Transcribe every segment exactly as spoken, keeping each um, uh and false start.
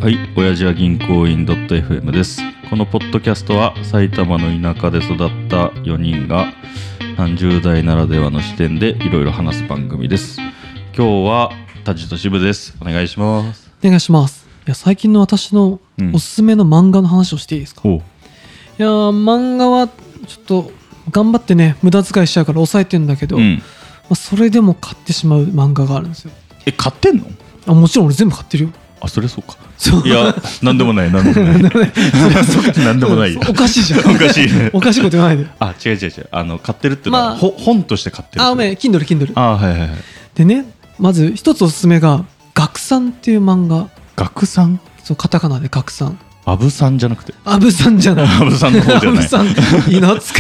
はい、親父は銀行員 .fm です。このポッドキャストは埼玉の田舎で育ったよにんがさんじゅう代ならではの視点でいろいろ話す番組です。今日はタジとシブです。お願いします。 お願いします。いや、最近の私のおすすめの漫画の話をしていいですか？うん、いや漫画はちょっと頑張ってね無駄遣いしちゃうから抑えてるんだけど、うん、まあ、それでも買ってしまう漫画があるんですよ。 え、買ってんの？ あ、もちろん俺全部買ってるよ。 あ、それそうか。そういや、なんでもない、なんでもない。なんでもない。 おかしいじゃん。 おかしい。 おかしいこと言わないで。 あ、違う違う違う。あの買ってるってのは、まあ、本として買ってる。 あ、おめえ、Kindle、Kindle。 あ、はいはいはい。 でね、まず一つおすすめが学さんっていう漫画。 学さん？ そう、カタカナで学さん。 アブさんじゃなくて。 アブさんじゃない。 アブさんの方じゃない。アブさん、懐かしい。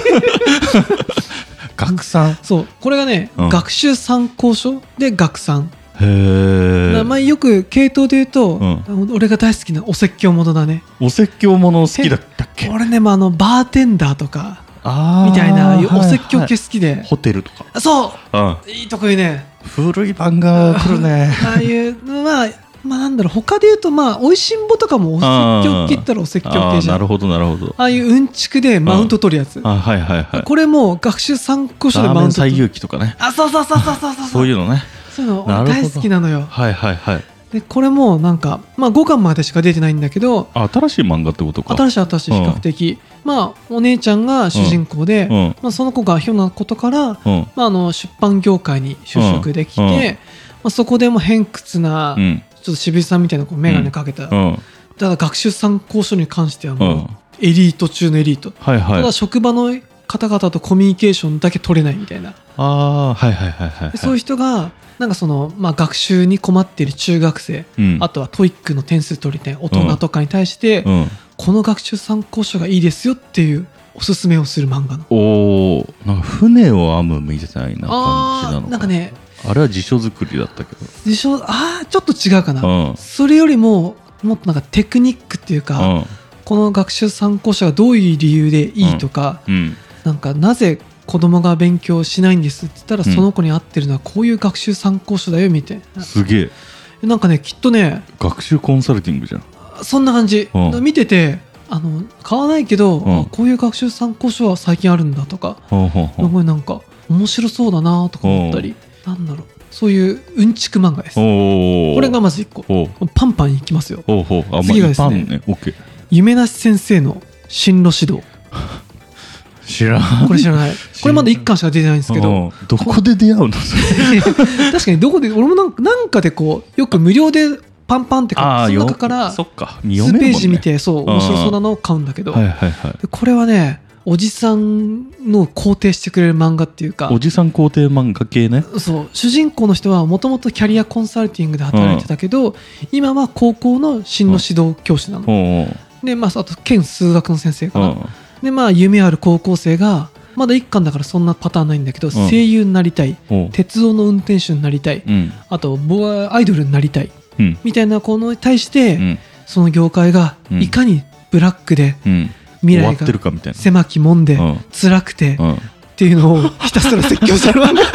学さん。 そう、これがね、うん、学習参考書で学さん。 へー。 まあ、よく系統で言うと、うん、俺が大好きなお説教ものだね。 お説教もの好きだったっけ？ 俺ね、まあ、あのバーテンダーとかみたいなお説教系好きで、はいはい、 ホテルとか。 そう、 うん、 いいとこ言うね。 古い漫画来るね。 ああいうまあまあなんだろう、他で言うとまあおいしんぼとかもお説教って言ったらお説教系じゃん。 なるほどなるほど。 ああいううんちくでマウント取るやつ。 あ、はいはいはい。これも学習参考書でマウント取る。 最有機とかね。 あ、そうそうそうそうそうそう。 そういうのね。 そういうの俺大好きなのよ。 はいはいはい。 でこれもなんかまあごかんまでしか出てないんだけど。 あ、新しい漫画ってことか。 新しい新しい比較的。うん、まあお姉ちゃんが主人公で、うんうん、まあその子がひょんなことから、うん、まああの出版業界に就職できて、うんうん、まあそこでも偏屈な、うん、ちょっと渋井さんみたいなこう眼鏡かけた、うん、ただ学習参考書に関してはもう、うん、エリート中のエリート、はいはい、ただ職場の方々とコミュニケーションだけ取れないみたいな。 あ、はいはいはいはい、はい、 そういう人がなんかその、まあ、学習に困っている中学生、うん、あとはトイックの点数取りたい大人とかに対して、うん、この学習参考書がいいですよっていうおすすめをする漫画の。 おー、なんか船を編むみたいな感じなのか。 なんかね、 あれは辞書作りだったけど。 辞書、ああちょっと違うかな、うん、それよりももっとなんかテクニックっていうか、うん、この学習参考書がどういう理由でいいとか、うんうん、なんかなぜ子供が勉強しないんですって言ったら、うん、その子に合ってるのはこういう学習参考書だよみたいな。 すげえ。 なんかね、きっとね、 学習コンサルティングじゃん。 そんな感じ、うん、見ててあの買わないけど、うん、こういう学習参考書は最近あるんだとか、うん、なんか面白そうだなとか思ったり、うん、なんだろう、そういううんちく漫画です。これがまずいっこ。パンパンいきますよ。おうおう、あ、次がですね、ね、夢なし先生の進路指導。 知らん。 これ知らない。これまだいっかんしか出てないんですけど、 どこで出会うの？ 確かにどこで、俺もなんか、なんかでこうよく無料でパンパンって買って、その中から数ページ見て、そう面白そうなのを買うんだけど、はいはいはい、これはね、おじさんの肯定してくれる漫画っていうか、 おじさん肯定漫画系ね。 そう、主人公の人はもともとキャリアコンサルティングで働いてたけど、うん、今は高校の進路指導教師なの、うん、で、まあ、あと県数学の先生かな、うん、でまあ夢ある高校生がまだいっかんだからそんなパターンないんだけど、うん、声優になりたい、うん、鉄道の運転手になりたい、うん、あとアイドルになりたい、うん、みたいな子に対して、うん、その業界がいかにブラックで、うん、未来が狭きもんで、うん、辛くて、うん、っていうのをひたすら説教する漫画。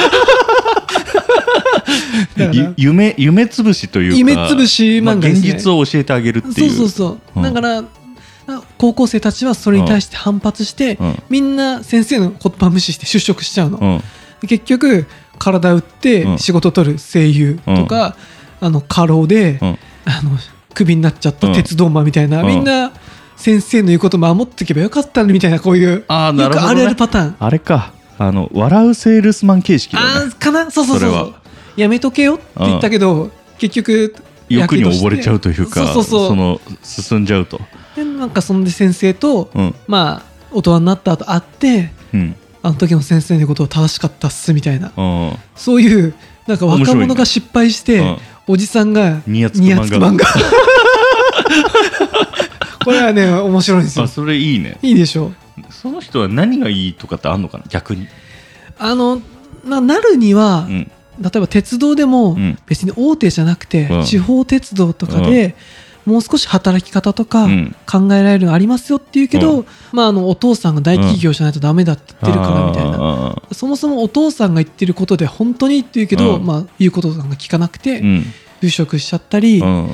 夢夢つぶしというか、 夢つぶし漫画ですね。 現実を教えてあげるっていう。 そうそうそう、うん、だから高校生たちはそれに対して反発して、うん、みんな先生の言葉無視して就職しちゃうの、うん、結局体打って仕事取る声優とか、うん、あの過労で、うん、あのクビになっちゃった鉄道マンみたいな、うん、みんな先生の言うこと守っておけばよかったみたいな、こういうあ、なるほどね、よくあるあるパターン。 あれか、あの笑うセールスマン形式だね。 あかな、そうそうそう、それはやめとけよって言ったけど、うん、結局欲に溺れちゃうというか、そうそうそう、その進んじゃうと。 でなんかそんで先生と、うん、まあ大人になった後会って、うん、あの時の先生のことを正しかったっすみたいな、うん、そういうなんか若者が失敗して、ね、うん、おじさんがニヤつく漫画。 これはね面白いんですよ。 あ、それいいね。 いいでしょ。 その人は何がいいとかってあんのかな、逆に。 あの な, なるには、うん、例えば鉄道でも別に大手じゃなくて、うん、地方鉄道とかで、うん、もう少し働き方とか考えられるのありますよっていうけど、うん、まあ、あのお父さんが大企業じゃないとダメだって言ってるからみたいな、うん、そもそもお父さんが言ってることで本当にって言うけど、うん、まあ、言うことが聞かなくて、うん、就職しちゃったり、うん、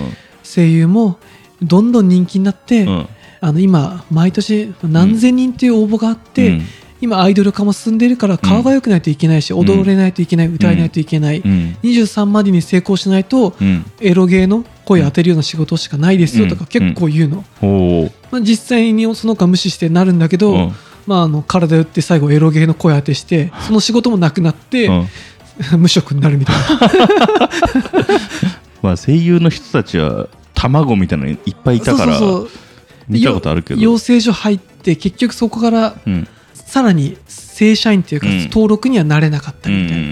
声優もどんどん人気になって、 うん、 あの今毎年何千人という応募があって、うん、今アイドル化も進んでいるから顔が良くないといけないし、うん、踊れないといけない、歌えないといけない、うん、にじゅうさんまでに成功しないと、うん、エロゲーの声当てるような仕事しかないですよとか結構言うの、うんうんまあ、実際にその子は無視してなるんだけど、うんまあ、あの体打って最後エロゲーの声当てしてその仕事もなくなって、うん、無職になるみたいなまあ声優の人たちは卵みたいなのいっぱいいたからそうそうそう見たことあるけど養成所入って結局そこから、うん、さらに正社員っていうか、うん、登録にはなれなかったみたいな、うん、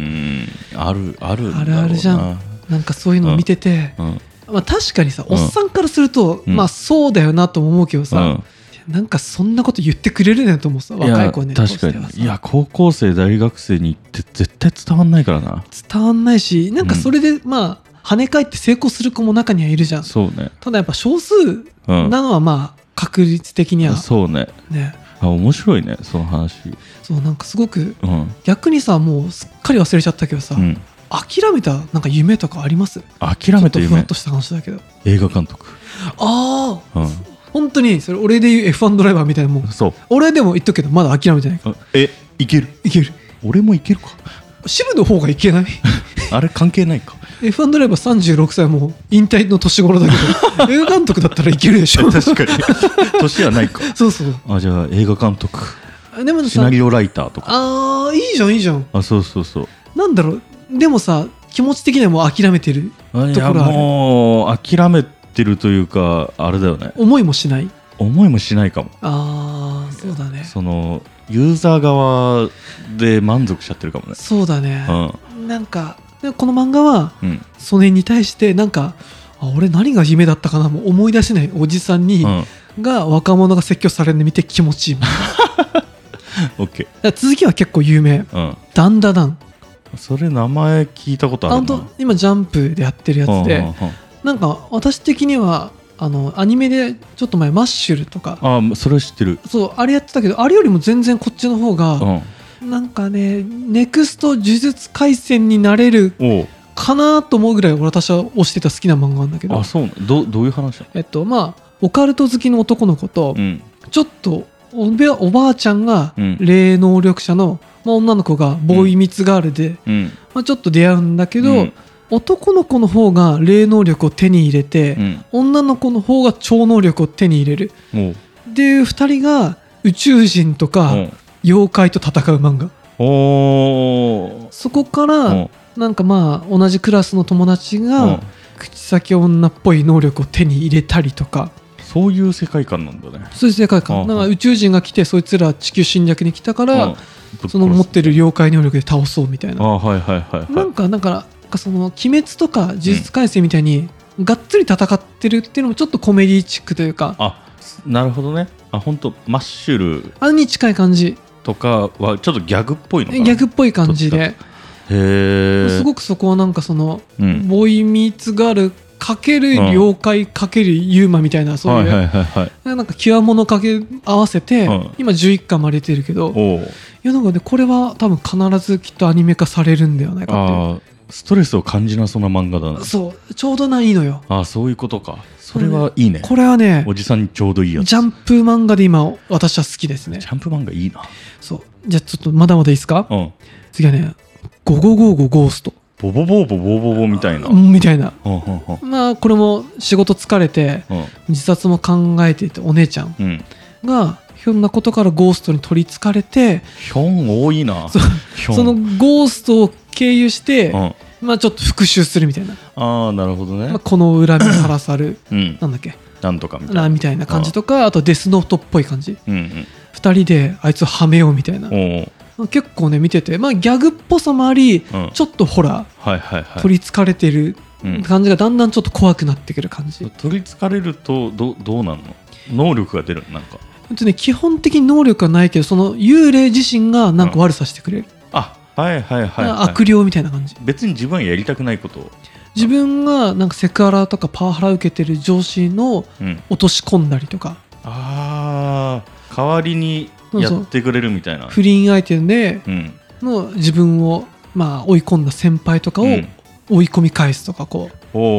あるあるんだろうなあるあるじゃんなんかそういうのを見てて、うんうんまあ、確かにさ、うん、おっさんからすると、うん、まあそうだよなとも思うけどさ、うん、なんかそんなこと言ってくれるねと思うさ若い子にね確かにいや高校生大学生に言って絶対伝わんないからな伝わんないしなんかそれで、うん、まあ跳ね返って成功する子も中にはいるじゃんそうねただやっぱ少数なのはまあ確率的には、 うん、そうねねあ面白いねその話そうなんかすごく、うん、逆にさもうすっかり忘れちゃったけどさ、うん諦めたなんか夢とかあります諦めた夢ちょっとふわっとした話だけど映画監督ああ、うん、本当にそれ俺で言う エフワン ドライバーみたいなもんそう俺でも言っとくけどまだ諦めてないからえいけるいける俺もいけるか渋の方がいけないあれ関係ないかエフワン ドライバーさんじゅうろくさいもう引退の年頃だけど映画監督だったらいけるでしょ確かに年はないかそうそうあじゃあ映画監督でもシナリオライターとかああいいじゃんいいじゃんあそうそうそうなんだろうでもさ気持ち的にはもう諦めてるところあるいやもう諦めてるというかあれだよね思いもしない思いもしないかもああそうだねそのユーザー側で満足しちゃってるかもねそうだね、うん、なんかこの漫画は、うん、それに対してなんかあ俺何が夢だったかなもう思い出せないおじさんに、うん、が若者が説教されるの見て気持ちいいオッケー続きは結構有名、うん、ダンダダンそれ名前聞いたことあるな今ジャンプでやってるやつで、うんうんうん、なんか私的にはあのアニメでちょっと前マッシュルとかあそれ知ってるそうあれやってたけどあれよりも全然こっちの方が、うん、なんかねネクスト呪術廻戦になれるかなと思うぐらい私は推してた好きな漫画なんだけどあそうどどういう話なのえっとまあオカルト好きの男の子と、うん、ちょっとお, おばあちゃんが霊能力者の、まあ、女の子がボーイミツガールで、うんまあ、ちょっと出会うんだけど、うん、男の子の方が霊能力を手に入れて、うん、女の子の方が超能力を手に入れるでふたりが宇宙人とか妖怪と戦う漫画おそこからなんかまあ同じクラスの友達が口先女っぽい能力を手に入れたりとかそういう世界観なんだねそういう世界観なんか宇宙人が来てそいつら地球侵略に来たからその持ってる妖怪能力で倒そうみたいなあ、はいはいはいはい、 なんかだからその鬼滅とか呪術廻戦みたいにがっつり戦ってるっていうのもちょっとコメディチックというかあなるほどねあ本当マッシュルあれに近い感じとかはちょっとギャグっぽいのかなギャグっぽい感じでへすごくそこはなんかその、うん、ボーイミーツガールかける妖怪かけるユーマみたいなそういう、はいはいはいはい、なんか極物かけ合わせて、うん、今じゅういっかんまで出てるけどいやなんかねこれは多分必ずきっとアニメ化されるんではないかっていうストレスを感じなそうな漫画だなそうちょうどないいのよあそういうことかそれはいいねこれはねおじさんにちょうどいいやつジャンプ漫画で今私は好きですねジャンプ漫画いいなそうじゃあちょっとまだまだいいですか、うん、次はねゴゴゴーゴゴーストボボボーボボボボみたいなみたいな、うんうんうん、まあこれも仕事疲れて、うん、自殺も考えていてお姉ちゃんがひょんなことからゴーストに取りつかれてひょん多いな そ, そのゴーストを経由して、うんまあ、ちょっと復讐するみたいなあなるほどね、 まあ、この恨みからさる、うん、なんだっけなんとかみたいなみたいな感じとか あ, あとデスノートっぽい感じ、うんうん、ふたりであいつをはめようみたいな結構ね見てて、まあ、ギャグっぽさもあり、うん、ちょっとホラー、はいはいはい、取りつかれてる感じがだんだんちょっと怖くなってくる感じ、うん、 取りつかれると ど, どうなんの能力が出るなんか、 ね、基本的に能力はないけどその幽霊自身がなんか悪さしてくれる、うん、 あはいはいはい、はい、 悪霊みたいな感じ別に自分はやりたくないことを自分がなんかセクハラとかパワハラ受けてる上司の落とし込んだりとか、うん、 あー代わりにやってくれるみたいなそうそう不倫相手での自分をまあ追い込んだ先輩とかを追い込み返すとかこう、 うん、お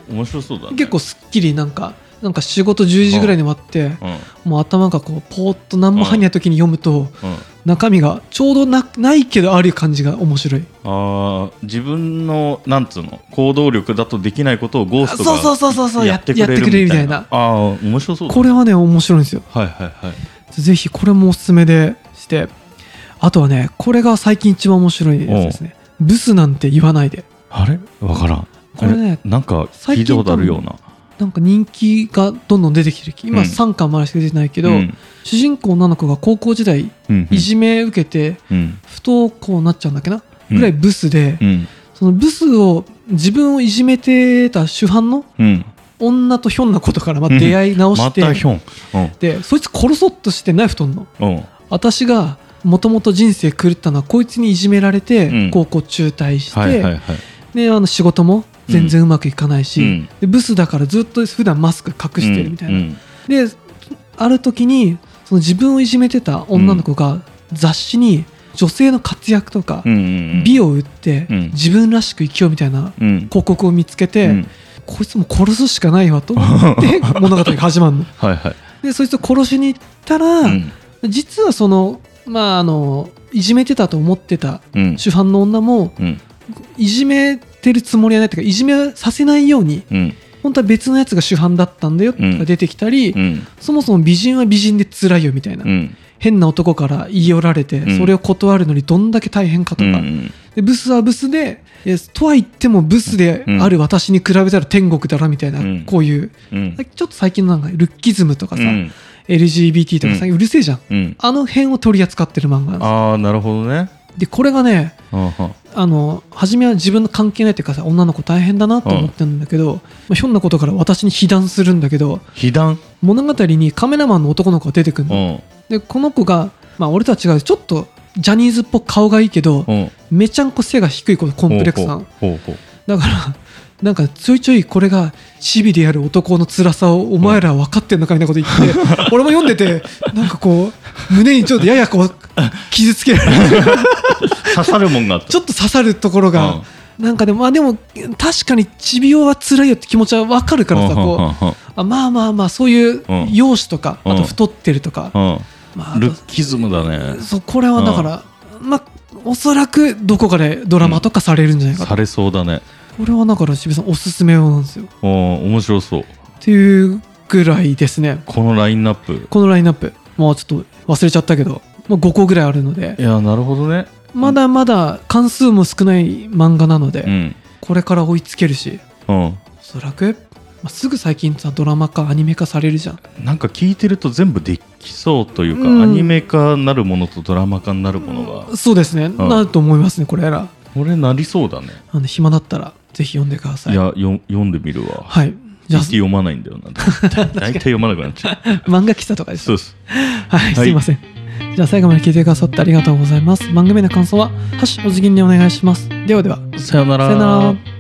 面白そうだね。 結構すっきりなんかなんか仕事じゅうじぐらいに終わって、うん、もう頭がこうポーッと何も入んない時に読むと、うんうん、中身がちょうど な, ないけどある感じが面白い。 あ自分のなんつうの行動力だとできないことをゴーストがそうそうそうそうやってくれるみたいな。あ面白そうだ、ね、 これはね面白いんですよ。 はいはいはい。 ぜひこれもおすすめでして、あとはねこれが最近一番面白いやつですね。ブスなんて言わないで。 あれわからん。 これねなんか聞いたことあるような。 なんか人気がどんどん出てきてる。今さんかんまでしか出てないけど、うん、主人公の女の子が高校時代、うん、いじめ受けて、うん、不登校になっちゃうんだっけな、うん、ぐらいブスで、うん、そのブスを自分をいじめてた主犯の、うん、女とひょんなことからま出会い直して、うんまたひょん、うん、でそいつ殺そうとしてナイフ取んの、うん、私がもともと人生狂ったのはこいつにいじめられて、うん、高校中退して、はいはいはい、であの仕事も全然うまくいかないし、うん、でブスだからずっと普段マスク隠してるみたいな、うんうん、である時にその自分をいじめてた女の子が雑誌に女性の活躍とか美を売って自分らしく生きようみたいな広告を見つけて、うん、こいつも殺すしかないわと思って物語が始まるのはい、はい、でそいつを殺しに行ったら、うん、実はそのまああのいじめてたと思ってた主犯の女も、うん、いじめてるつもりはないというかいじめさせないように、うん、本当は別のやつが主犯だったんだよとか出てきたり、うん、そもそも美人は美人で辛いよみたいな、うん、変な男から言い寄られて、うん、それを断るのにどんだけ大変かとか、うん、でブスはブスでとは言ってもブスである私に比べたら天国だろみたいな、うん、こういう、うん、ちょっと最近のなんかルッキズムとかさ、うん、エルジービーティー とかさ、うん、うるせえじゃん、うん、あの辺を取り扱ってる漫画なんです。 ああなるほどね。 でこれがねあの初めは自分の関係ないというかさ女の子大変だなと思ってるんだけど、まあ、ひょんなことから私に被弾するんだけど被弾物語にカメラマンの男の子が出てくるのでこの子が、まあ、俺とは違うちょっとジャニーズっぽく顔がいいけどめちゃんこ背が低い子コンプレックスなのだからなんかちょいちょいこれがチビでやる男の辛さをお前ら分かってんのかみたいなこと言って俺も読んでてなんかこう胸にちょっとややこう傷つけられる刺さるもんがあったちょっと刺さるところがなんかでもまあでも確かにチビ男は辛いよって気持ちは分かるからさこうあまあまあまあそういう容姿とかあと太ってるとかまあルッキズムだね。 そうこれはだからまあおそらくどこかでドラマとかされるんじゃないかとされそうだね。 これはだから渋谷さんおすすめなんですよ。 お面白そうっていうぐらいですね。 このラインナップこのラインナップもうちょっと忘れちゃったけど、まあ、ごこぐらいあるのでいやなるほどね。 まだまだ関数も少ない漫画なので、うん、これから追いつけるし、うん、おそらく、まあ、すぐ最近さドラマ化アニメ化されるじゃん。 なんか聞いてると全部できそうというか、うん、アニメ化なるものとドラマ化になるものが、 うん、そうですね、うん、なると思いますねこれら。 これなりそうだね。 あの暇だったらぜひ読んでください。 いやよ読んでみるわ。 はい。 じゃあ読まないんだよな。大体読まなくなっちゃう。 漫画喫茶とかです。 そうです。 はい、すいません。じゃあ最後まで聞いてくださってありがとうございます。番組の感想はハッシュお辞儀にお願いします。ではでは。 さよなら。 さよなら。